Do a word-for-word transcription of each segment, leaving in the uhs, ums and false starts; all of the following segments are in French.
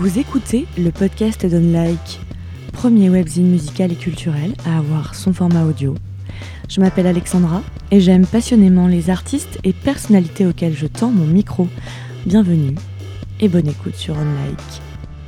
Vous écoutez le podcast d'Unlike, premier webzine musical et culturel à avoir son format audio. Je m'appelle Alexandra et j'aime passionnément les artistes et personnalités auxquelles je tends mon micro. Bienvenue et bonne écoute sur Unlike.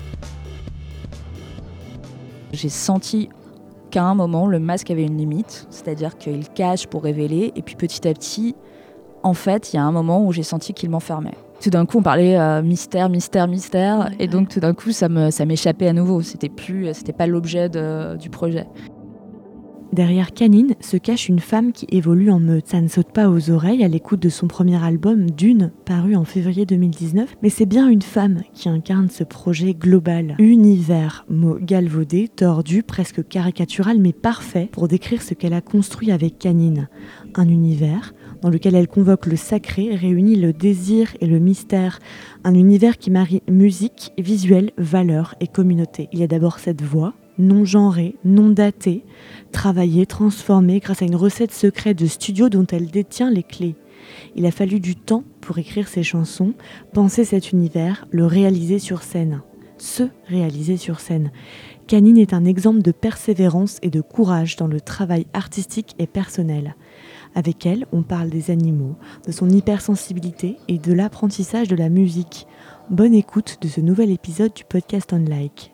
J'ai senti qu'à un moment, le masque avait une limite, c'est-à-dire qu'il cache pour révéler, et puis petit à petit, en fait, il y a un moment où j'ai senti qu'il m'enfermait. Tout d'un coup, on parlait euh, mystère, mystère, mystère, ouais, et donc ouais. tout d'un coup, ça, me, ça m'échappait à nouveau. C'était plus, c'était pas l'objet de, du projet. Derrière Canine se cache une femme qui évolue en meute. Ça ne saute pas aux oreilles à l'écoute de son premier album, Dune, paru en février deux mille dix-neuf, mais c'est bien une femme qui incarne ce projet global. Univers, mot galvaudé, tordu, presque caricatural, mais parfait pour décrire ce qu'elle a construit avec Canine. Un univers dans lequel elle convoque le sacré, réunit le désir et le mystère. Un univers qui marie musique, visuel, valeurs et communauté. Il y a d'abord cette voix, non genrée, non datée, travaillée, transformée grâce à une recette secrète de studio dont elle détient les clés. Il a fallu du temps pour écrire ces chansons, penser cet univers, le réaliser sur scène. Se réaliser sur scène. Canine est un exemple de persévérance et de courage dans le travail artistique et personnel. Avec elle, on parle des animaux, de son hypersensibilité et de l'apprentissage de la musique. Bonne écoute de ce nouvel épisode du podcast Unlike.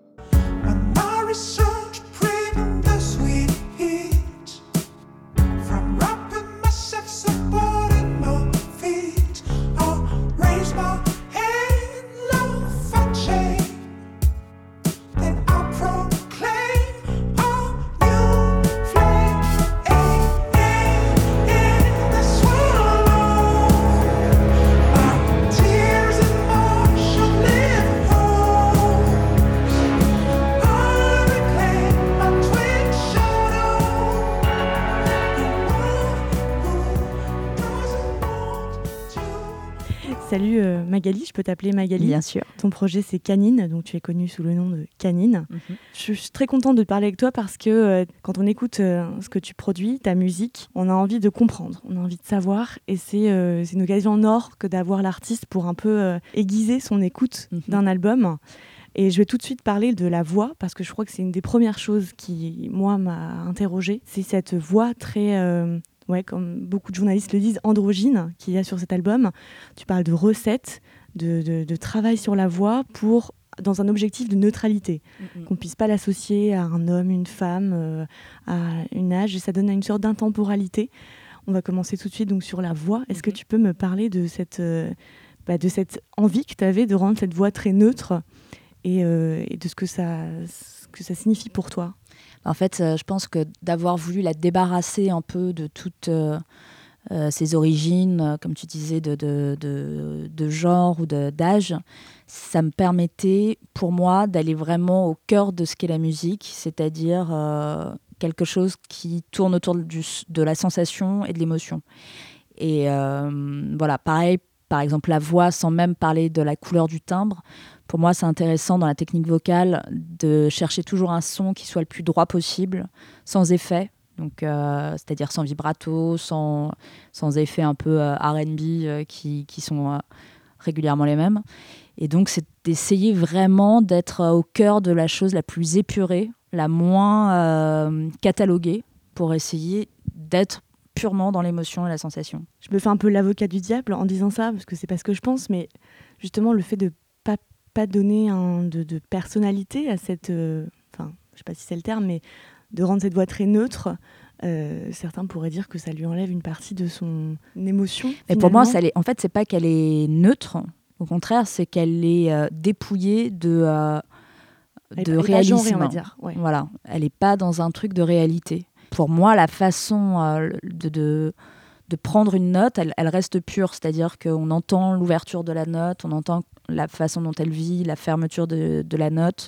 Salut euh, Magali, je peux t'appeler Magali? Bien sûr. Ton projet c'est Canine, donc tu es connue sous le nom de Canine. Mm-hmm. Je suis très contente de te parler avec toi parce que euh, quand on écoute euh, ce que tu produis, ta musique, on a envie de comprendre, on a envie de savoir et c'est, euh, c'est une occasion en or que d'avoir l'artiste pour un peu euh, aiguiser son écoute mm-hmm. d'un album. Et je vais tout de suite parler de la voix parce que je crois que c'est une des premières choses qui, moi, m'a interrogée. C'est cette voix très... Euh, Ouais, comme beaucoup de journalistes le disent, androgyne qu'il y a sur cet album. Tu parles de recettes, de, de, de travail sur la voix pour, dans un objectif de neutralité, mm-hmm. qu'on ne puisse pas l'associer à un homme, une femme, euh, à une âge, et ça donne une sorte d'intemporalité. On va commencer tout de suite donc, sur la voix. Est-ce mm-hmm. que tu peux me parler de cette, euh, bah, de cette envie que tu avais de rendre cette voix très neutre et, euh, et de ce que ça, ce que ça signifie pour toi? En fait, euh, je pense que d'avoir voulu la débarrasser un peu de toutes euh, euh, ses origines, euh, comme tu disais, de, de, de, de genre ou de, d'âge, ça me permettait, pour moi, d'aller vraiment au cœur de ce qu'est la musique, c'est-à-dire euh, quelque chose qui tourne autour du, de la sensation et de l'émotion. Et euh, voilà, pareil, par exemple, la voix, sans même parler de la couleur du timbre. Pour moi, c'est intéressant dans la technique vocale de chercher toujours un son qui soit le plus droit possible, sans effet, donc, euh, c'est-à-dire sans vibrato, sans, sans effet un peu euh, R and B euh, qui, qui sont euh, régulièrement les mêmes. Et donc, c'est d'essayer vraiment d'être euh, au cœur de la chose la plus épurée, la moins euh, cataloguée, pour essayer d'être purement dans l'émotion et la sensation. Je me fais un peu l'avocat du diable en disant ça, parce que c'est pas ce que je pense, mais justement, le fait de pas pas donner un, de, de personnalité à cette... Euh, enfin, je sais pas si c'est le terme, mais de rendre cette voix très neutre, euh, certains pourraient dire que ça lui enlève une partie de son émotion. Mais pour moi, ça l'est, en fait, c'est pas qu'elle est neutre. Au contraire, c'est qu'elle est euh, dépouillée de, euh, de elle, réalisme. Elle est pas genrée, on va dire. Ouais. Voilà, elle est pas dans un truc de réalité. Pour moi, la façon euh, de... de de prendre une note, elle, elle reste pure, c'est-à-dire qu'on entend l'ouverture de la note, on entend la façon dont elle vit, la fermeture de, de la note,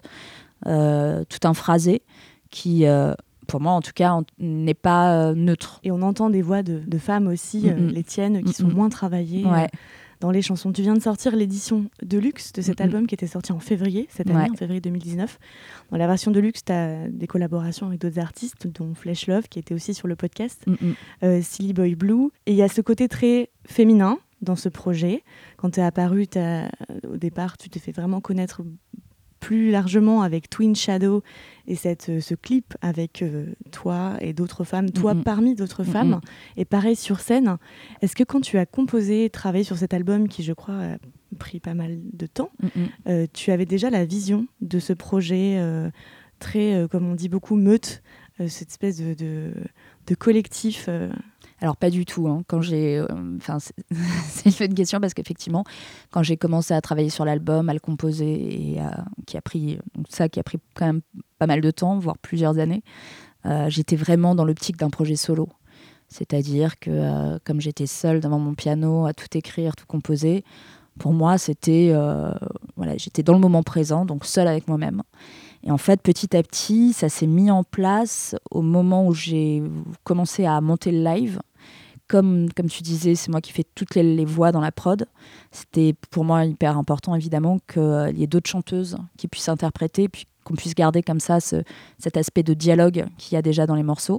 euh, tout un phrasé qui, euh, pour moi en tout cas, n'est pas euh, neutre. Et on entend des voix de, de femmes aussi, mm-hmm. euh, les tiennes, qui mm-hmm. sont moins travaillées. Ouais. Euh, dans les chansons. Tu viens de sortir l'édition de luxe de cet mm-hmm. album qui était sorti en février, cette année, ouais. en février deux mille dix-neuf. Dans la version de luxe, tu as des collaborations avec d'autres artistes, dont Flesh Love, qui était aussi sur le podcast, mm-hmm. euh, Silly Boy Blue. Et il y a ce côté très féminin dans ce projet. Quand tu es apparu, t'as, au départ, tu t'es fait vraiment connaître plus largement avec Twin Shadow et cette, euh, ce clip avec euh, toi et d'autres femmes, toi Mm-hmm. parmi d'autres mm-hmm. femmes, et pareil sur scène. Est-ce que quand tu as composé, travaillé sur cet album qui, je crois, a pris pas mal de temps, mm-hmm. euh, tu avais déjà la vision de ce projet euh, très, euh, comme on dit beaucoup, meute, euh, cette espèce de, de, de collectif euh... Alors pas du tout. Hein. Quand j'ai, enfin, euh, c'est, c'est une question parce qu'effectivement, quand j'ai commencé à travailler sur l'album, à le composer et à, qui a pris donc ça, qui a pris quand même pas mal de temps, voire plusieurs années, euh, j'étais vraiment dans l'optique d'un projet solo. C'est-à-dire que euh, comme j'étais seule devant mon piano à tout écrire, tout composer, pour moi c'était, euh, voilà, j'étais dans le moment présent, donc seule avec moi-même. Et en fait, petit à petit, ça s'est mis en place au moment où j'ai commencé à monter le live. Comme, comme tu disais, c'est moi qui fais toutes les, les voix dans la prod. C'était pour moi hyper important, évidemment, qu'il euh, y ait d'autres chanteuses qui puissent interpréter, puis qu'on puisse garder comme ça ce, cet aspect de dialogue qu'il y a déjà dans les morceaux.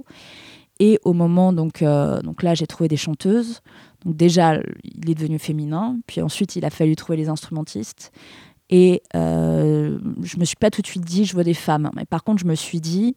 Et au moment, donc, euh, donc là, j'ai trouvé des chanteuses. Donc déjà, il est devenu féminin. Puis ensuite, il a fallu trouver les instrumentistes. Et euh, je me suis pas tout de suite dit je veux des femmes, mais par contre je me suis dit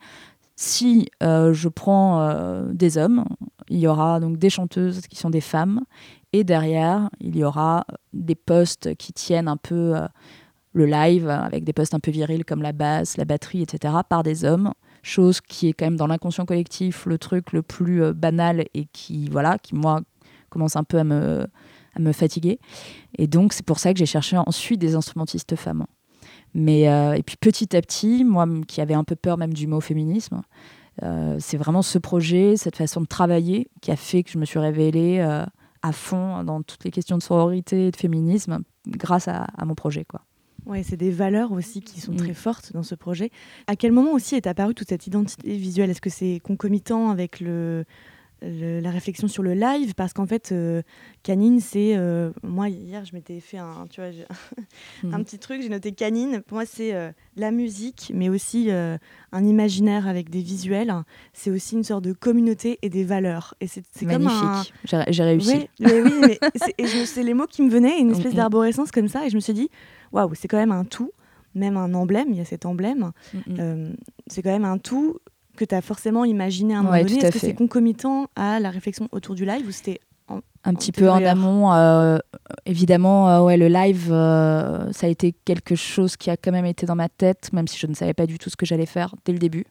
si euh, je prends euh, des hommes, il y aura donc des chanteuses qui sont des femmes et derrière il y aura des postes qui tiennent un peu euh, le live avec des postes un peu virils comme la basse, la batterie, et cetera par des hommes, chose qui est quand même dans l'inconscient collectif le truc le plus euh, banal et qui voilà qui moi commence un peu à me à me fatiguer. Et donc, c'est pour ça que j'ai cherché ensuite des instrumentistes femmes. Mais, euh, et puis, petit à petit, moi qui avais un peu peur même du mot féminisme, euh, c'est vraiment ce projet, cette façon de travailler qui a fait que je me suis révélée euh, à fond dans toutes les questions de sororité et de féminisme grâce à, à mon projet, quoi. Ouais, c'est des valeurs aussi qui sont mmh. très fortes dans ce projet. À quel moment aussi est apparue toute cette identité visuelle ? Est-ce que c'est concomitant avec le... Le, la réflexion sur le live, parce qu'en fait euh, Canine c'est euh, moi hier je m'étais fait un tu vois j'ai un mmh. petit truc, j'ai noté Canine, pour moi c'est euh, la musique mais aussi euh, un imaginaire avec des visuels, c'est aussi une sorte de communauté et des valeurs et c'est, c'est magnifique comme un... j'ai, j'ai réussi ouais, mais oui mais c'est, et je, c'est les mots qui me venaient, une espèce mmh. d'arborescence comme ça et je me suis dit waouh c'est quand même un tout, même un emblème, il y a cet emblème mmh. euh, c'est quand même un tout que tu as forcément imaginé à un moment ouais, donné. Est-ce que fait. c'est concomitant à la réflexion autour du live ou c'était en, un petit peu en amont euh, évidemment euh, ouais, le live euh, ça a été quelque chose qui a quand même été dans ma tête, même si je ne savais pas du tout ce que j'allais faire dès le début.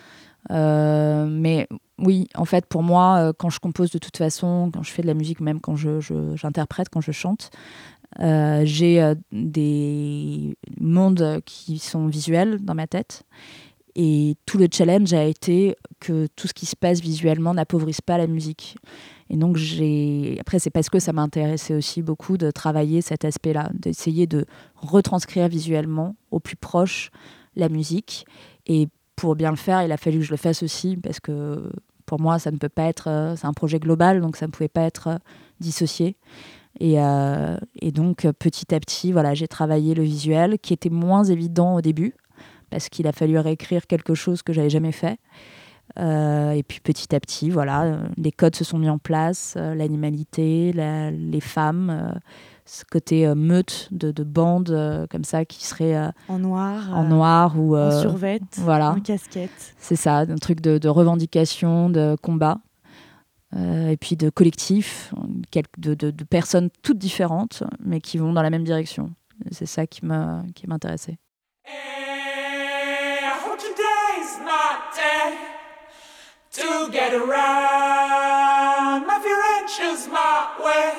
Euh, mais oui, en fait pour moi euh, quand je compose de toute façon, quand je fais de la musique, même quand je, je, j'interprète, quand je chante, euh, j'ai euh, des mondes qui sont visuels dans ma tête. Et tout le challenge a été que tout ce qui se passe visuellement n'appauvrisse pas la musique. Et donc, j'ai... après, c'est parce que ça m'intéressait aussi beaucoup de travailler cet aspect-là, d'essayer de retranscrire visuellement au plus proche la musique. Et pour bien le faire, il a fallu que je le fasse aussi, parce que pour moi, ça ne peut pas être... C'est un projet global, donc ça ne pouvait pas être dissocié. Et, euh, et donc, petit à petit, voilà, j'ai travaillé le visuel, qui était moins évident au début, parce qu'il a fallu réécrire quelque chose que j'avais jamais fait. Euh, et puis petit à petit, voilà, les codes se sont mis en place, euh, l'animalité, la, les femmes, euh, ce côté euh, meute de, de bandes euh, comme ça qui serait euh, en noir, en noir ou euh, en survêt, voilà, en casquette. C'est ça, un truc de, de revendication, de combat. Euh, et puis de collectif, de, de, de personnes toutes différentes, mais qui vont dans la même direction. C'est ça qui, m'a, qui m'intéressait. Not dead to get around my few inches my way.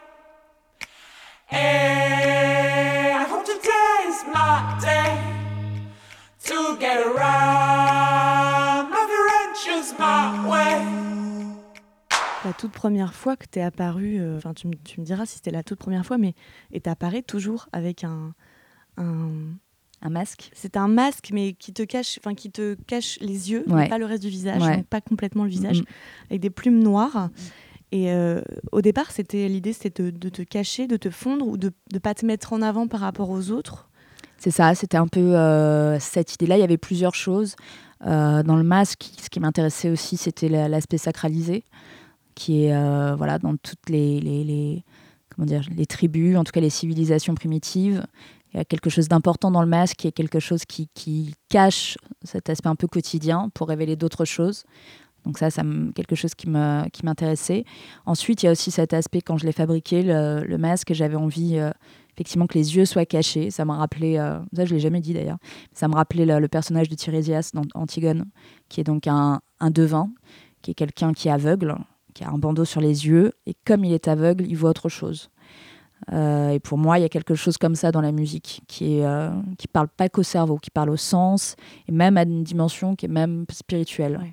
Hey, I hope today's my day to get around my few inches my way. La toute première fois que t'es apparue, enfin euh, tu, tu me diras si c'était la toute première fois, mais et t'apparais toujours avec un un Un masque. C'est un masque, mais qui te cache, enfin qui te cache les yeux, ouais. mais pas le reste du visage, ouais. donc pas complètement le visage, mm-hmm. avec des plumes noires. Et euh, au départ, c'était l'idée, c'était de, de te cacher, de te fondre, ou de ne pas te mettre en avant par rapport aux autres. C'est ça, c'était un peu euh, cette idée-là. Il y avait plusieurs choses. Euh, dans le masque, ce qui m'intéressait aussi, c'était l'aspect sacralisé, qui est euh, voilà, dans toutes les, les, les, comment dire, les tribus, en tout cas les civilisations primitives. il y a quelque chose d'important dans le masque, qui est quelque chose qui, qui cache cet aspect un peu quotidien pour révéler d'autres choses. Donc ça, c'est quelque chose qui, me, qui m'intéressait. Ensuite, il y a aussi cet aspect, quand je l'ai fabriqué, le, le masque, j'avais envie euh, effectivement que les yeux soient cachés. Ça m'a rappelé, euh, ça je ne l'ai jamais dit d'ailleurs, ça me rappelait le, le personnage de Tirésias dans Antigone, qui est donc un, un devin, qui est quelqu'un qui est aveugle, qui a un bandeau sur les yeux, et comme il est aveugle, il voit autre chose. Euh, et pour moi, il y a quelque chose comme ça dans la musique, qui ne euh, qui parle pas qu'au cerveau, qui parle au sens, et même à une dimension qui est même spirituelle. Ouais.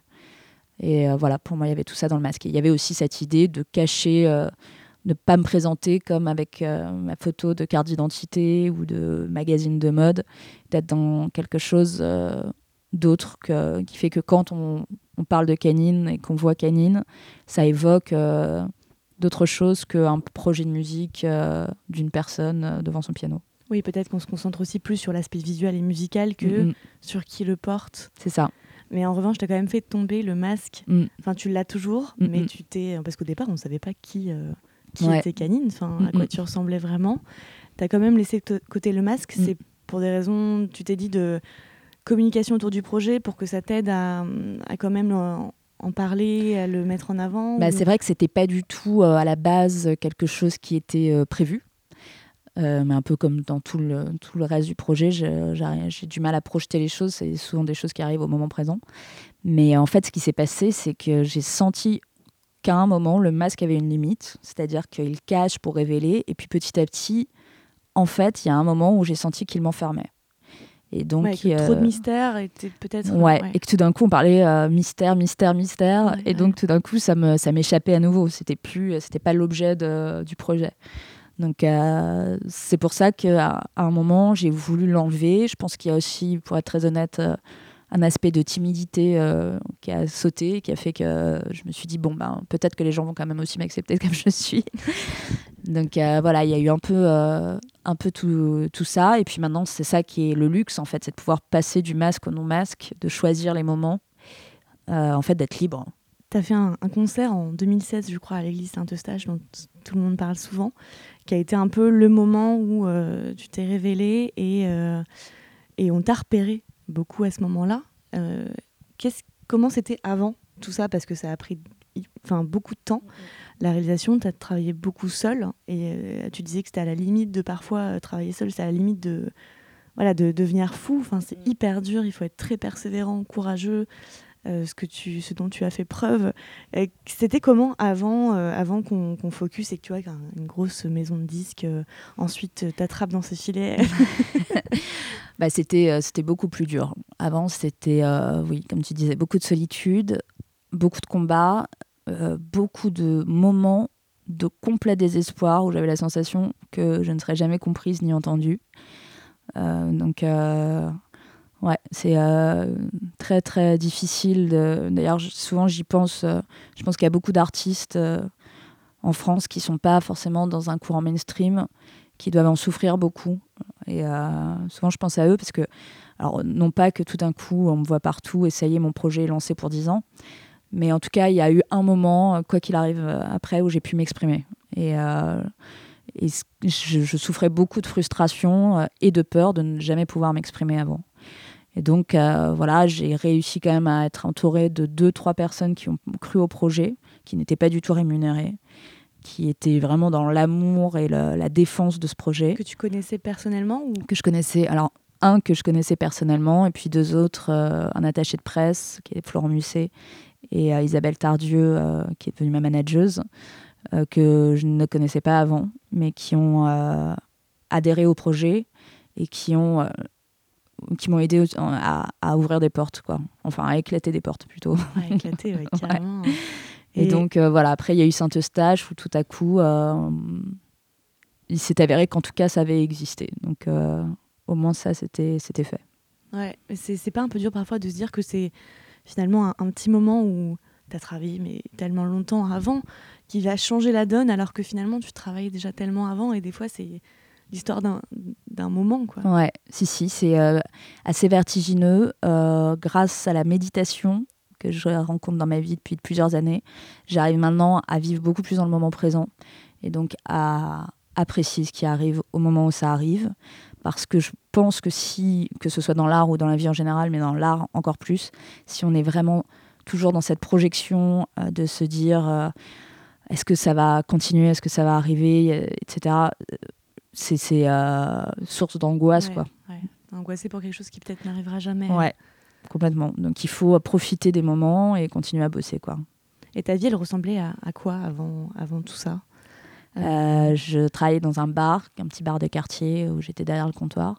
Et euh, voilà, pour moi, il y avait tout ça dans le masque. Et il y avait aussi cette idée de cacher, euh, de ne pas me présenter comme avec euh, ma photo de carte d'identité ou de magazine de mode, d'être dans quelque chose euh, d'autre que, qui fait que quand on, on parle de Canine et qu'on voit Canine, ça évoque euh, d'autres choses qu'un projet de musique euh, d'une personne euh, devant son piano. Oui, peut-être qu'on se concentre aussi plus sur l'aspect visuel et musical que mm-hmm. sur qui le porte. C'est ça. Mais en revanche, tu as quand même fait tomber le masque. Mm. Enfin, tu l'as toujours, mm-hmm. mais tu t'es... Parce qu'au départ, on ne savait pas qui, euh, qui ouais. était Canine, enfin, mm-hmm. à quoi tu ressemblais vraiment. Tu as quand même laissé de côté le masque. Mm. C'est pour des raisons, tu t'es dit, de communication autour du projet pour que ça t'aide à, à quand même en, en parler, à le mettre en avant. Bah, ou... C'est vrai que ce n'était pas du tout, euh, à la base, quelque chose qui était euh, prévu. Euh, mais un peu comme dans tout le, tout le reste du projet, j'ai, j'ai, j'ai du mal à projeter les choses. C'est souvent des choses qui arrivent au moment présent. Mais en fait, ce qui s'est passé, c'est que j'ai senti qu'à un moment, le masque avait une limite. C'est-à-dire qu'il cache pour révéler. Et puis petit à petit, en fait, il y a un moment où j'ai senti qu'il m'enfermait. Et donc, ouais, que euh... trop de mystère était peut-être... Ouais, ouais, et que tout d'un coup, on parlait euh, mystère, mystère, mystère. Ouais, et ouais. donc, tout d'un coup, ça, me, ça m'échappait à nouveau. C'était plus, c'était pas l'objet de, du projet. Donc, euh, c'est pour ça qu'à à un moment, j'ai voulu l'enlever. Je pense qu'il y a aussi, pour être très honnête, euh, un aspect de timidité euh, qui a sauté, qui a fait que je me suis dit, bon, ben, peut-être que les gens vont quand même aussi m'accepter comme je suis. Donc, euh, voilà, il y a eu un peu, euh, un peu tout, tout ça. Et puis maintenant, c'est ça qui est le luxe, en fait, c'est de pouvoir passer du masque au non-masque, de choisir les moments, euh, en fait, d'être libre. Tu as fait un, un concert en deux mille seize, je crois, à l'église Saint-Eustache, dont t- tout le monde parle souvent, qui a été un peu le moment où euh, tu t'es révélée et, euh, et on t'a repéré beaucoup à ce moment-là. Euh, qu'est-ce, comment c'était avant tout ça ? Parce que ça a pris enfin, beaucoup de temps. La réalisation, tu as travaillé beaucoup seule et euh, tu disais que c'était à la limite de parfois euh, travailler seule, c'est à la limite de, voilà, de devenir fou. Enfin, c'est hyper dur, il faut être très persévérant, courageux. Euh, ce, que tu, ce dont tu as fait preuve. Euh, c'était comment avant, euh, avant qu'on, qu'on focus et que tu vois une grosse maison de disques, euh, ensuite euh, t'attrapes dans ses filets bah, c'était, euh, c'était beaucoup plus dur. Avant, c'était, euh, oui, comme tu disais, beaucoup de solitude, beaucoup de combats, euh, beaucoup de moments de complet désespoir où j'avais la sensation que je ne serais jamais comprise ni entendue. Euh, donc... Euh Ouais, c'est euh, très très difficile. De... D'ailleurs, souvent j'y pense. Euh, je pense qu'il y a beaucoup d'artistes euh, en France qui sont pas forcément dans un courant mainstream, qui doivent en souffrir beaucoup. Et euh, souvent je pense à eux parce que, alors non pas que tout d'un coup on me voit partout et ça y est, mon projet est lancé pour dix ans, mais en tout cas il y a eu un moment, quoi qu'il arrive après, où j'ai pu m'exprimer. Et euh, et je, je souffrais beaucoup de frustration euh, et de peur de ne jamais pouvoir m'exprimer avant. Et donc, euh, voilà, j'ai réussi quand même à être entourée de deux, trois personnes qui ont cru au projet, qui n'étaient pas du tout rémunérées, qui étaient vraiment dans l'amour et le, la défense de ce projet. Que tu connaissais personnellement ou... Que je connaissais, alors un que je connaissais personnellement, et puis deux autres, euh, un attaché de presse, qui est Florent Musset, et euh, Isabelle Tardieu, euh, qui est devenue ma manageuse, euh, que je ne connaissais pas avant, mais qui ont euh, adhéré au projet et qui ont... Euh, qui m'ont aidé à, à ouvrir des portes, quoi. Enfin, à éclater des portes, plutôt. À éclater, ouais, carrément. Ouais. Et, et donc, euh, voilà, après, il y a eu Saint-Eustache, où tout à coup, euh, il s'est avéré qu'en tout cas, ça avait existé. Donc, euh, au moins, ça, c'était, c'était fait. Ouais, mais c'est, c'est pas un peu dur, parfois, de se dire que c'est finalement un, un petit moment où tu as travaillé, mais tellement longtemps avant, qui va changer la donne, alors que finalement, tu travaillais déjà tellement avant, et des fois, c'est... l'histoire d'un, d'un moment, quoi. Ouais, si, si, c'est euh, assez vertigineux. Euh, grâce à la méditation que je rencontre dans ma vie depuis plusieurs années, j'arrive maintenant à vivre beaucoup plus dans le moment présent et donc à apprécier ce qui arrive au moment où ça arrive. parce que je pense que si, que ce soit dans l'art ou dans la vie en général, mais dans l'art encore plus, si on est vraiment toujours dans cette projection euh, de se dire euh, est-ce que ça va continuer, est-ce que ça va arriver, euh, et cetera, c'est, c'est euh, source d'angoisse, ouais, quoi. Ouais. Angoissé pour quelque chose qui peut-être n'arrivera jamais. Ouais, complètement. Donc il faut profiter des moments et continuer à bosser, quoi. Et ta vie, elle ressemblait à, à quoi avant, avant tout ça? Euh, je travaillais dans un bar, un petit bar de quartier où j'étais derrière le comptoir.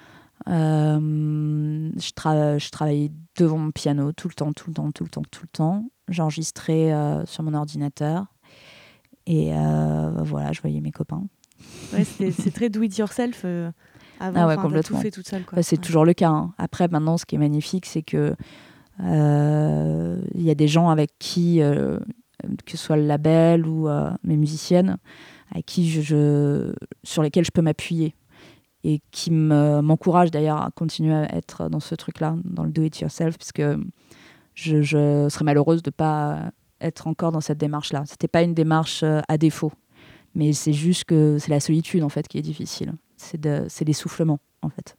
Euh, je, tra- je travaillais devant mon piano tout le temps, tout le temps, tout le temps, tout le temps. J'enregistrais euh, sur mon ordinateur et euh, voilà, je voyais mes copains. Ouais, c'est, c'est très do it yourself. Euh, avant, ah ouais, t'as complètement. tout fait toute seule, quoi. Bah, c'est ouais. toujours le cas. Hein. Après, maintenant, ce qui est magnifique, c'est que il euh, y a des gens avec qui, euh, que ce soit le label ou euh, mes musiciennes, avec qui je, je, sur lesquels je peux m'appuyer et qui me, m'encouragent d'ailleurs à continuer à être dans ce truc-là, dans le do-it-yourself, puisque je, je serais malheureuse de ne pas être encore dans cette démarche-là. Ce n'était pas une démarche à défaut, mais c'est juste que c'est la solitude en fait qui est difficile. C'est, de, c'est l'essoufflement en fait.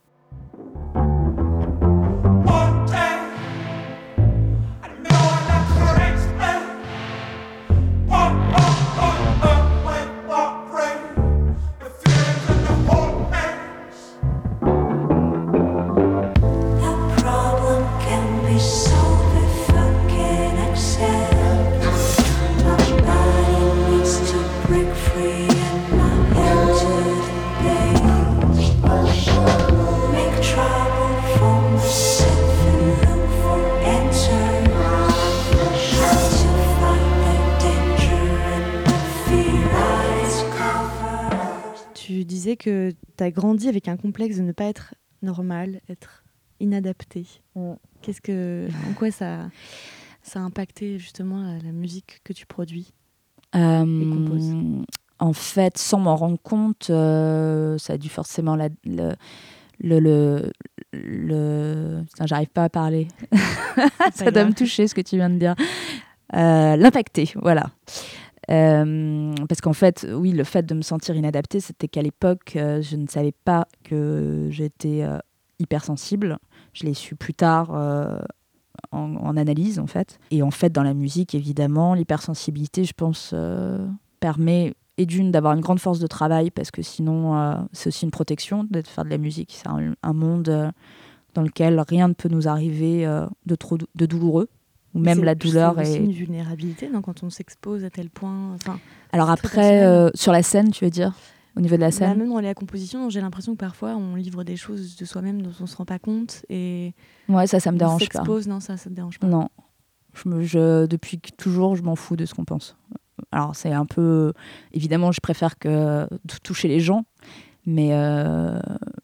Tu disais que tu as grandi avec un complexe de ne pas être normal, être inadapté. Mm. Qu'est-ce que, en quoi ça, ça a impacté justement la, la musique que tu produis euh, et composes? En fait, sans m'en rendre compte, euh, ça a dû forcément la, le, le, le, le... Putain, j'arrive pas à parler. Ça doit me toucher ce que tu viens de dire. Euh, l'impacter, voilà. Euh, parce qu'en fait, oui, le fait de me sentir inadaptée, c'était qu'à l'époque, euh, je ne savais pas que j'étais euh, hypersensible. Je l'ai su plus tard euh, en, en analyse, en fait. Et en fait, dans la musique, évidemment, l'hypersensibilité, je pense, euh, permet, et d'une, d'avoir une grande force de travail, parce que sinon, euh, c'est aussi une protection de faire de la musique. C'est un, un monde euh, dans lequel rien ne peut nous arriver euh, de trop de douloureux. Ou même c'est, la douleur c'est aussi est... une vulnérabilité, non, quand on s'expose à tel point. Enfin, alors après, euh, sur la scène, tu veux dire, au niveau de la scène? Bah, même dans la composition, j'ai l'impression que parfois on livre des choses de soi-même dont on ne se rend pas compte. Et ouais, ça, ça me dérange on s'expose, pas. Non, ça, ça te dérange pas. Non. Je me, je, depuis toujours, je m'en fous de ce qu'on pense. Alors, c'est un peu... Évidemment, je préfère que de toucher les gens, mais euh,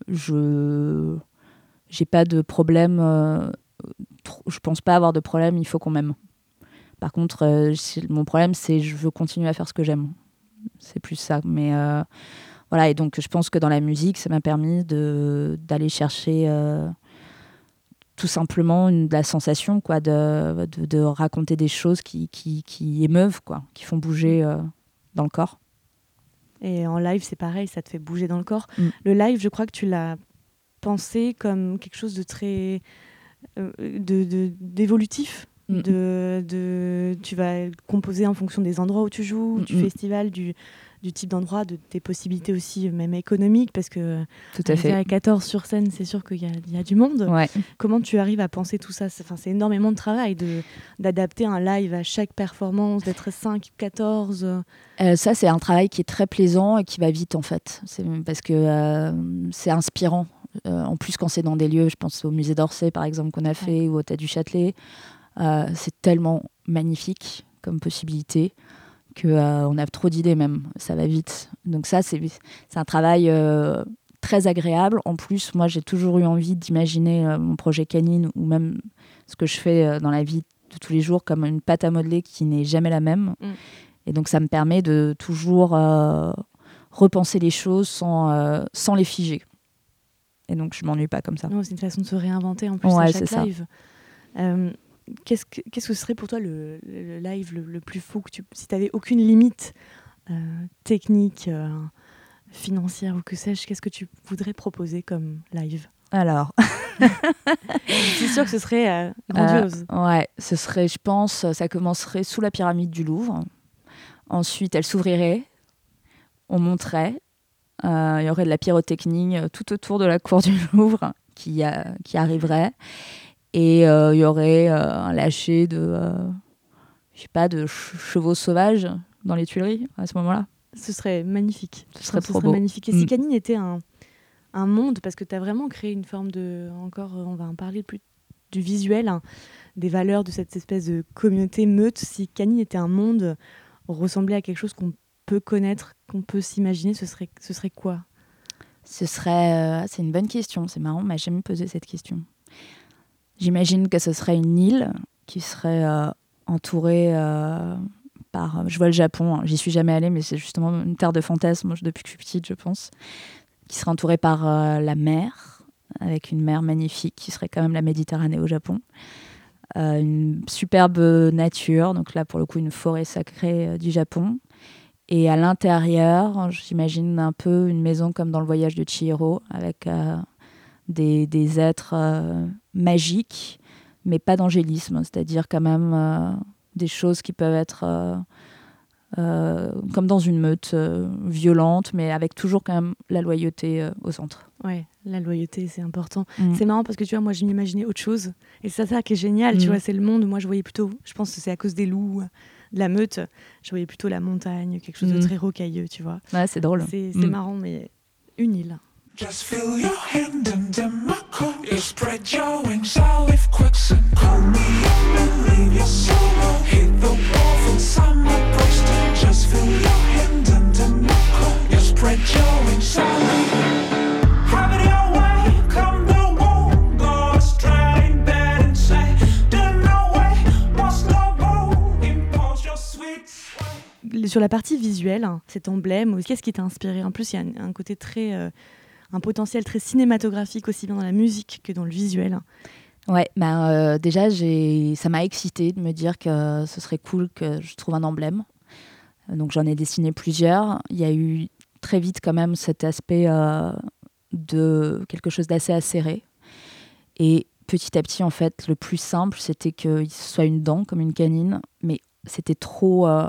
je j'ai pas de problème... Euh, je pense pas avoir de problème, il faut qu'on m'aime. Par contre, euh, mon problème, c'est je veux continuer à faire ce que j'aime. C'est plus ça. Mais euh, voilà, et donc je pense que dans la musique, ça m'a permis de, d'aller chercher euh, tout simplement une, de la sensation, quoi, de, de, de raconter des choses qui, qui, qui émeuvent, quoi, qui font bouger euh, dans le corps. Et en live, c'est pareil, ça te fait bouger dans le corps. Mm. Le live, je crois que tu l'as pensé comme quelque chose de très... Euh, de, de, d'évolutif. Mm. De, de, tu vas composer en fonction des endroits où tu joues, Mm. du festival, du, du type d'endroit, de tes possibilités aussi, même économiques, parce que Tout à fait. à quatorze sur scène, c'est sûr qu'il y a, il y a du monde. Ouais. Comment tu arrives à penser tout ça? C'est, enfin, c'est énormément de travail de, d'adapter un live à chaque performance, d'être cinq, quatorze. Euh, ça, c'est un travail qui est très plaisant et qui va vite, en fait. C'est parce que euh, c'est inspirant. Euh, en plus, quand c'est dans des lieux, je pense au musée d'Orsay, par exemple, qu'on a fait, ouais. ou au Théâtre du Châtelet, euh, c'est tellement magnifique comme possibilité qu'on euh, a trop d'idées même. Ça va vite. Donc ça, c'est, c'est un travail euh, très agréable. En plus, moi, j'ai toujours eu envie d'imaginer euh, mon projet Canine ou même ce que je fais euh, dans la vie de tous les jours comme une pâte à modeler qui n'est jamais la même. Mm. Et donc, ça me permet de toujours euh, repenser les choses sans, euh, sans les figer. Et donc, je ne m'ennuie pas comme ça. Non, c'est une façon de se réinventer en plus ouais, à chaque c'est live. Euh, qu'est-ce, que, qu'est-ce que serait pour toi le, le live le, le plus fou que tu, si tu n'avais aucune limite euh, technique, euh, financière ou que sais-je, qu'est-ce que tu voudrais proposer comme live ? Alors, c'est sûr que ce serait euh, grandiose. Euh, ouais, ce serait, je pense, ça commencerait sous la pyramide du Louvre. Ensuite, elle s'ouvrirait, on monterait, euh, il y aurait de la pyrotechnie tout autour de la cour du Louvre qui, euh, qui arriverait. Et euh, il y aurait euh, un lâcher de, euh, je sais pas, de ch- chevaux sauvages dans les Tuileries à ce moment-là. Ce serait magnifique. Ce serait ce trop serait beau. magnifique. Et si Mm. Canine était un, un monde, parce que tu as vraiment créé une forme de... Encore, on va en parler plus du visuel, hein, des valeurs de cette espèce de communauté meute. Si Canine était un monde, ressemblait à quelque chose qu'on peut connaître, qu'on peut s'imaginer, ce serait, ce serait quoi ? Ce serait... Euh, c'est une bonne question. C'est marrant, on m'a jamais posé cette question. J'imagine que ce serait une île qui serait euh, entourée euh, par... Je vois le Japon, hein, j'y suis jamais allée, mais c'est justement une terre de fantasmes, moi, depuis que je suis petite, je pense. Qui serait entourée par euh, la mer, avec une mer magnifique, qui serait quand même la Méditerranée au Japon. Euh, une superbe nature, donc là, pour le coup, une forêt sacrée euh, du Japon. Et à l'intérieur, j'imagine un peu une maison comme dans Le Voyage de Chihiro, avec euh, des, des êtres euh, magiques, mais pas d'angélisme, c'est-à-dire quand même euh, des choses qui peuvent être euh, euh, comme dans une meute euh, violente, mais avec toujours quand même la loyauté euh, au centre. Ouais, la loyauté, c'est important. Mm. C'est marrant parce que tu vois, moi, je m'imaginais autre chose. Et c'est ça qui est génial, Mm. tu vois, c'est le monde. Moi, je voyais plutôt, je pense que c'est à cause des loups, de la meute, je voyais plutôt la montagne, quelque chose Mm. de très rocailleux, tu vois. Ouais, c'est drôle. C'est, c'est Mm. marrant, mais une île. Just feel your hand under my coat. You spread your wings, I'll lift quicksand. Call me up and leave your solo. Hit the wall from summer breast. Just feel your hand under my coat. You spread your wings, I'll leave. Have it your way, come the wall. Go astray, bed and say, do no way, must no go. Impose your sweet sway. Sur la partie visuelle, cet emblème, qu'est-ce qui t'a inspiré ? En plus, il y a un, un côté très... Euh, un potentiel très cinématographique aussi bien dans la musique que dans le visuel. Ouais, bah, euh, déjà, j'ai... ça m'a excitée de me dire que ce serait cool que je trouve un emblème. Donc j'en ai dessiné plusieurs. Il y a eu très vite quand même cet aspect euh, de quelque chose d'assez acéré. Et petit à petit, en fait, le plus simple, c'était qu'il soit une dent, comme une canine, mais c'était trop... Euh,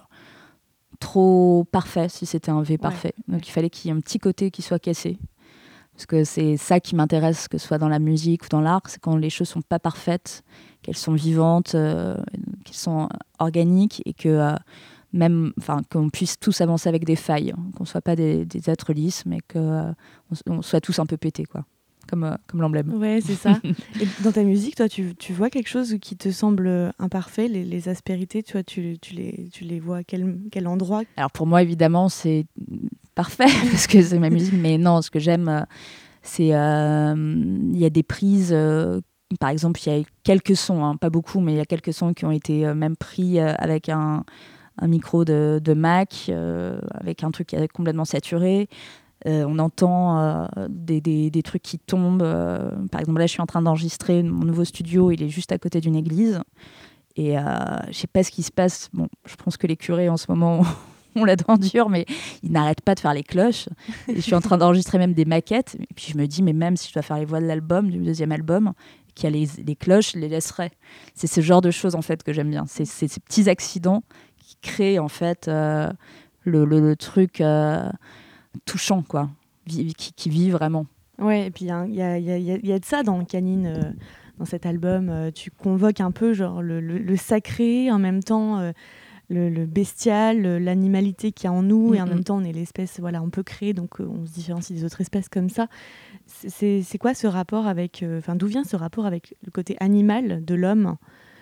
trop parfait si c'était un V parfait. Ouais, Donc ouais. il fallait qu'il y ait un petit côté qui soit cassé. Parce que c'est ça qui m'intéresse, que ce soit dans la musique ou dans l'art, c'est quand les choses sont pas parfaites, qu'elles sont vivantes, euh, qu'elles sont organiques et que euh, même, enfin, qu'on puisse tous avancer avec des failles, qu'on soit pas des, des êtres lisses, mais qu'on euh, on soit tous un peu pétés, quoi. Comme, euh, comme l'emblème. Ouais, c'est ça. Et dans ta musique, toi, tu, tu vois quelque chose qui te semble imparfait, les, les aspérités, tu vois, tu, tu, les, tu les vois à quel, quel endroit ? Alors pour moi, évidemment, c'est parfait, parce que c'est ma musique, mais non, ce que j'aime, c'est... Il euh, y a des prises... Euh, par exemple, il y a quelques sons, hein, pas beaucoup, mais il y a quelques sons qui ont été euh, même pris euh, avec un, un micro de, de Mac, euh, avec un truc qui est complètement saturé. Euh, on entend euh, des, des, des trucs qui tombent. Euh, par exemple, là, je suis en train d'enregistrer mon nouveau studio. Il est juste à côté d'une église. Et euh, je ne sais pas ce qui se passe. Bon, je pense que les curés, en ce moment, ont la dent dure, mais ils n'arrêtent pas de faire les cloches. Et je suis en train d'enregistrer même des maquettes. Et puis, je me dis, mais même si je dois faire les voix de l'album, du deuxième album, qu'il y a les, les cloches, je les laisserai. C'est ce genre de choses, en fait, que j'aime bien. C'est, c'est ces petits accidents qui créent, en fait, euh, le, le, le truc... Euh, touchant, quoi, qui, qui vit vraiment. Ouais, et puis il y a, y, a, y, a, y a de ça dans Canine, euh, dans cet album. Euh, tu convoques un peu genre, le, le, le sacré, en même temps euh, le, le bestial, l'animalité qu'il y a en nous, mm-hmm. et en même temps on est l'espèce, voilà, on peut créer, donc euh, on se différencie des autres espèces comme ça. C'est, c'est, c'est quoi ce rapport avec, enfin euh, d'où vient ce rapport avec le côté animal de l'homme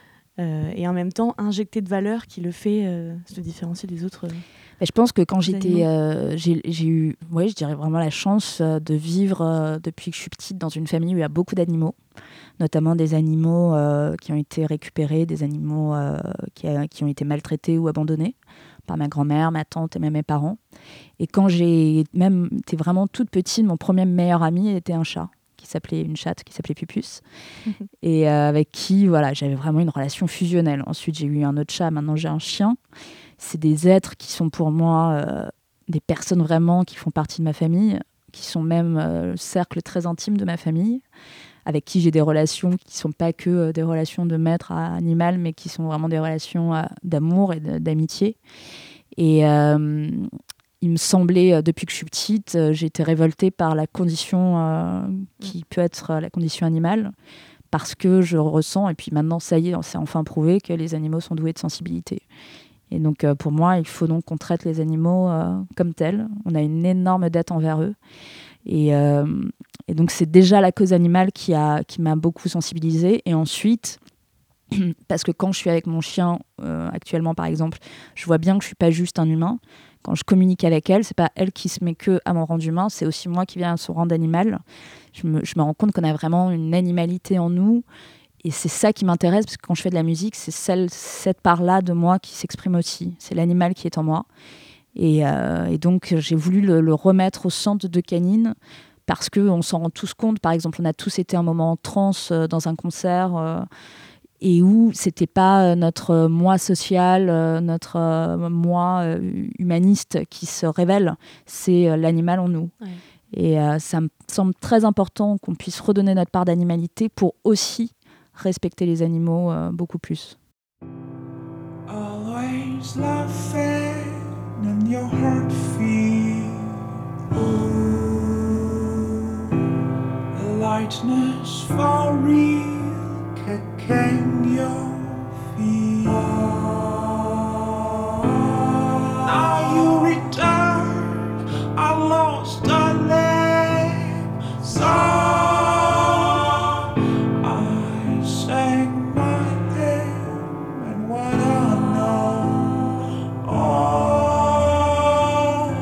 euh, et en même temps injecté de valeur qui le fait euh, se différencier des autres euh, Je pense que quand j'étais, euh, j'ai, j'ai eu, ouais, je dirais vraiment la chance de vivre euh, depuis que je suis petite dans une famille où il y a beaucoup d'animaux, notamment des animaux euh, qui ont été récupérés, des animaux euh, qui, a, qui ont été maltraités ou abandonnés par ma grand-mère, ma tante et même mes parents. Et quand j'ai même été vraiment toute petite, mon premier meilleur ami était un chat, qui s'appelait une chatte, qui s'appelait Pupus, et euh, avec qui, voilà, j'avais vraiment une relation fusionnelle. Ensuite, j'ai eu un autre chat, maintenant j'ai un chien. C'est des êtres qui sont pour moi euh, des personnes vraiment qui font partie de ma famille, qui sont même euh, le cercle très intime de ma famille, avec qui j'ai des relations qui ne sont pas que euh, des relations de maître à animal, mais qui sont vraiment des relations euh, d'amour et de, d'amitié. Et euh, il me semblait, euh, depuis que je suis petite, euh, j'ai été révoltée par la condition euh, qui mmh. peut être euh, la condition animale, parce que je ressens, et puis maintenant, ça y est, c'est enfin prouvé que les animaux sont doués de sensibilité. Et donc, euh, pour moi, il faut donc qu'on traite les animaux euh, comme tels. On a une énorme dette envers eux. Et, euh, et donc, c'est déjà la cause animale qui, a, qui m'a beaucoup sensibilisée. Et ensuite, parce que quand je suis avec mon chien, euh, actuellement, par exemple, je vois bien que je ne suis pas juste un humain. Quand je communique avec elle, ce n'est pas elle qui se met que à mon rang d'humain, c'est aussi moi qui viens à son rang d'animal. Je me, je me rends compte qu'on a vraiment une animalité en nous. Et c'est ça qui m'intéresse, parce que quand je fais de la musique, c'est celle, cette part-là de moi qui s'exprime aussi. C'est l'animal qui est en moi. Et, euh, et donc, j'ai voulu le, le remettre au centre de Canine, parce qu'on s'en rend tous compte. Par exemple, on a tous été un moment en transe euh, dans un concert, euh, et où c'était pas notre moi social, euh, notre euh, moi euh, humaniste qui se révèle, c'est euh, l'animal en nous. Ouais. Et euh, ça me semble très important qu'on puisse redonner notre part d'animalité pour aussi respecter les animaux euh, beaucoup plus. Always laughing and your heart feel the lightness for real kicking your feet. Now you return, I lost a limb, so I sang my hymn and what I know. Oh.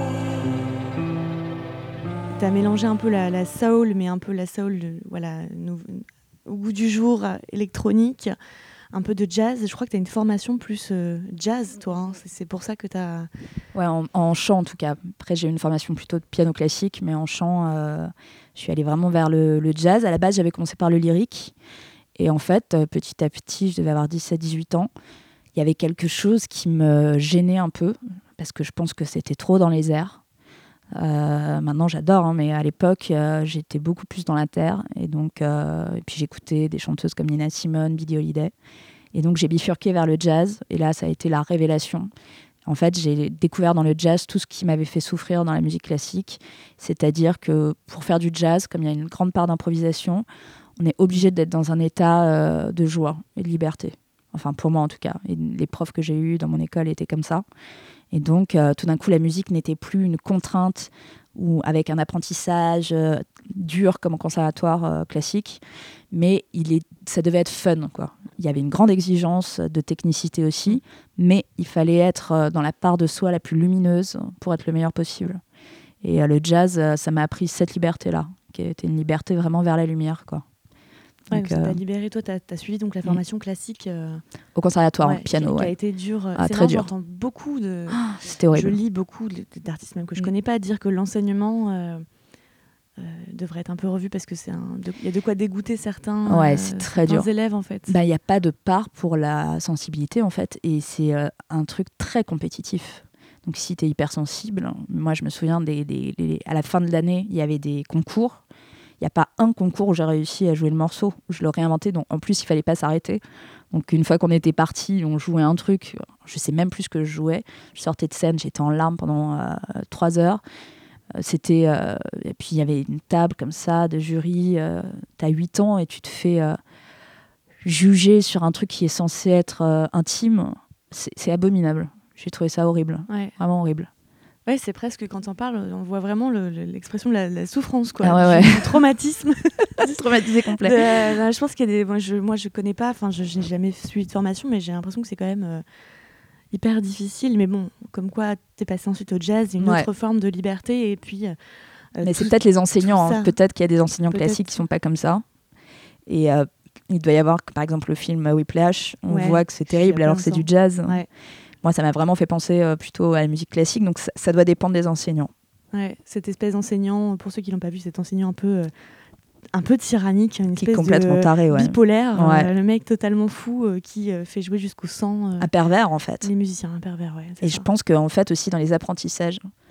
T'as mélangé un peu la, la soul, mais un peu la soul, de, voilà, nou, au goût du jour, électronique, un peu de jazz. Je crois que tu as une formation plus euh, jazz, toi. Hein. C'est, c'est pour ça que tu as... Ouais, en, en chant en tout cas. Après, j'ai une formation plutôt de piano classique, mais en chant, euh, je suis allée vraiment vers le, le jazz. À la base, j'avais commencé par le lyrique. Et en fait, euh, petit à petit, je devais avoir dix-sept dix-huit ans. Il y avait quelque chose qui me gênait un peu, parce que je pense que c'était trop dans les airs. Euh, maintenant j'adore, hein, mais à l'époque euh, j'étais beaucoup plus dans la terre, et donc euh, et puis j'écoutais des chanteuses comme Nina Simone, Billie Holiday, et donc j'ai bifurqué vers le jazz, et là ça a été la révélation. En fait, j'ai découvert dans le jazz tout ce qui m'avait fait souffrir dans la musique classique, c'est-à-dire que pour faire du jazz, comme il y a une grande part d'improvisation, on est obligé d'être dans un état euh, de joie et de liberté. Enfin pour moi en tout cas, et les profs que j'ai eus dans mon école étaient comme ça. Et donc, euh, tout d'un coup, la musique n'était plus une contrainte ou avec un apprentissage euh, dur comme au conservatoire euh, classique, mais il est, ça devait être fun, quoi. Il y avait une grande exigence de technicité aussi, mais il fallait être euh, dans la part de soi la plus lumineuse pour être le meilleur possible. Et euh, le jazz, euh, ça m'a appris cette liberté-là, qui était une liberté vraiment vers la lumière, quoi. Ouais, donc, euh... t'as libéré, toi, t'as, t'as suivi donc la formation mmh. classique euh... au conservatoire, ouais, en piano, qui, ouais. qui a été dur. Ah, c'est très marrant, dur. J'entends beaucoup de. Ah, c'était horrible. Je lis beaucoup d'artistes même que je mmh. connais pas dire que l'enseignement euh, euh, devrait être un peu revu parce que c'est un. Il y a de quoi dégoûter certains. Ouais, c'est très certains dur. élèves en fait. Bah, il y a pas de part pour la sensibilité en fait, et c'est euh, un truc très compétitif. Donc si t'es hypersensible, moi je me souviens des, des, des, à la fin de l'année, il y avait des concours. Il n'y a pas un concours où j'ai réussi à jouer le morceau. Je l'ai réinventé, donc en plus, il ne fallait pas s'arrêter. Donc une fois qu'on était partis, on jouait un truc. Je ne sais même plus ce que je jouais. Je sortais de scène, j'étais en larmes pendant euh, trois heures. Euh, c'était, euh, et puis il y avait une table comme ça de jury. Euh, tu as huit ans et tu te fais euh, juger sur un truc qui est censé être euh, intime. C'est, c'est abominable. J'ai trouvé ça horrible. Ouais. Vraiment horrible. Ouais, c'est presque, quand on parle, on voit vraiment le, le, l'expression de la, la souffrance, quoi. Ah ouais, ouais. Du traumatisme. Traumatisé complet. De, euh, je pense qu'il y a des... Moi, je, moi, je connais pas, enfin, je, je n'ai jamais suivi de formation, mais j'ai l'impression que c'est quand même euh, hyper difficile. Mais bon, comme quoi, t'es passé ensuite au jazz, une ouais. autre forme de liberté, et puis... Euh, mais c'est peut-être les enseignants, hein. Peut-être qu'il y a des enseignants peut-être. classiques qui sont pas comme ça. Et euh, il doit y avoir, par exemple, le film Whiplash, on ouais, voit que c'est terrible, alors que c'est du jazz. Ouais. Moi, ça m'a vraiment fait penser euh, plutôt à la musique classique, donc ça, ça doit dépendre des enseignants. Ouais, cette espèce d'enseignant, pour ceux qui l'ont pas vu, cet enseignant un peu, euh, un peu tyrannique, une qui espèce est complètement de taré, ouais. bipolaire, ouais. Euh, le mec totalement fou euh, qui euh, fait jouer jusqu'au sang. Euh, un pervers, en fait. Les musiciens, un pervers, ouais. Et ça. je pense qu'en fait aussi dans les apprentissages,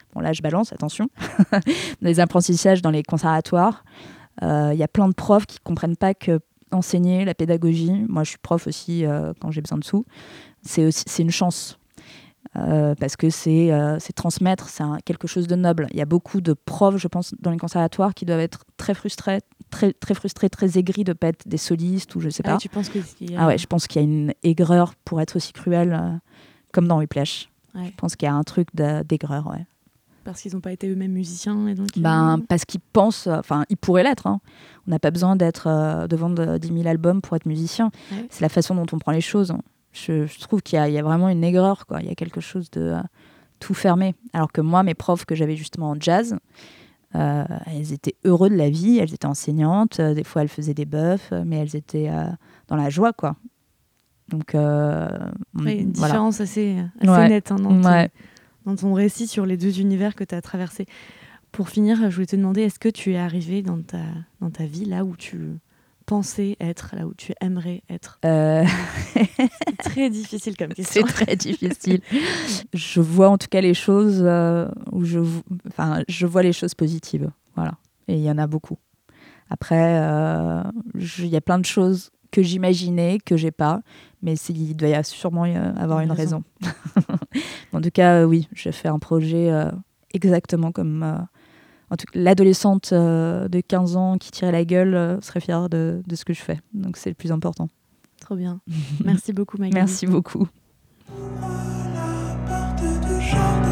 Bon, là, je balance, attention. Les apprentissages dans les conservatoires, il euh, y a plein de profs qui ne comprennent pas que enseigner la pédagogie, moi je suis prof aussi euh, quand j'ai besoin de sous, c'est, aussi, c'est une chance. Euh, parce que c'est, euh, c'est transmettre, c'est un, quelque chose de noble. Il y a beaucoup de profs, je pense, dans les conservatoires qui doivent être très frustrés, très, très frustrés, très aigris de ne pas être des solistes ou je sais pas. Ah, tu penses que y a... Ah ouais, je pense qu'il y a une aigreur pour être aussi cruel, euh, comme dans Whiplash. Ouais. Je pense qu'il y a un truc de, d'aigreur, ouais. Parce qu'ils n'ont pas été eux-mêmes musiciens et donc... Ben, parce qu'ils pensent, enfin, ils pourraient l'être. Hein. On n'a pas besoin d'être, euh, de vendre dix mille albums pour être musicien. Ouais. C'est la façon dont on prend les choses. Je, je trouve qu'il y a, il y a vraiment une aigreur, quoi. Il y a quelque chose de euh, tout fermé. Alors que moi, mes profs que j'avais justement en jazz, euh, elles étaient heureuses de la vie, elles étaient enseignantes, euh, des fois elles faisaient des buffs, mais elles étaient euh, dans la joie, quoi. Donc, euh, ouais, une voilà. différence assez, assez ouais. nette hein, dans, ouais. ton, dans ton récit sur les deux univers que tu as traversés. Pour finir, je voulais te demander, est-ce que tu es arrivé dans ta, dans ta vie là où tu pensais être, là où tu aimerais être euh... C'est très difficile comme question. C'est très difficile. Je vois en tout cas les choses euh, où je, enfin, je vois les choses positives. Voilà. Et il y en a beaucoup. Après, il y a plein de choses que j'imaginais, que j'ai pas, mais il doit y avoir sûrement y avoir une raison. raison. En tout cas, euh, oui, j'ai fait un projet euh, exactement comme... Euh, en tout cas, l'adolescente euh, de quinze ans qui tirait la gueule euh, serait fière de, de ce que je fais. Donc c'est le plus important. Trop bien. Merci beaucoup, Magali. Merci beaucoup. La porte du jardin.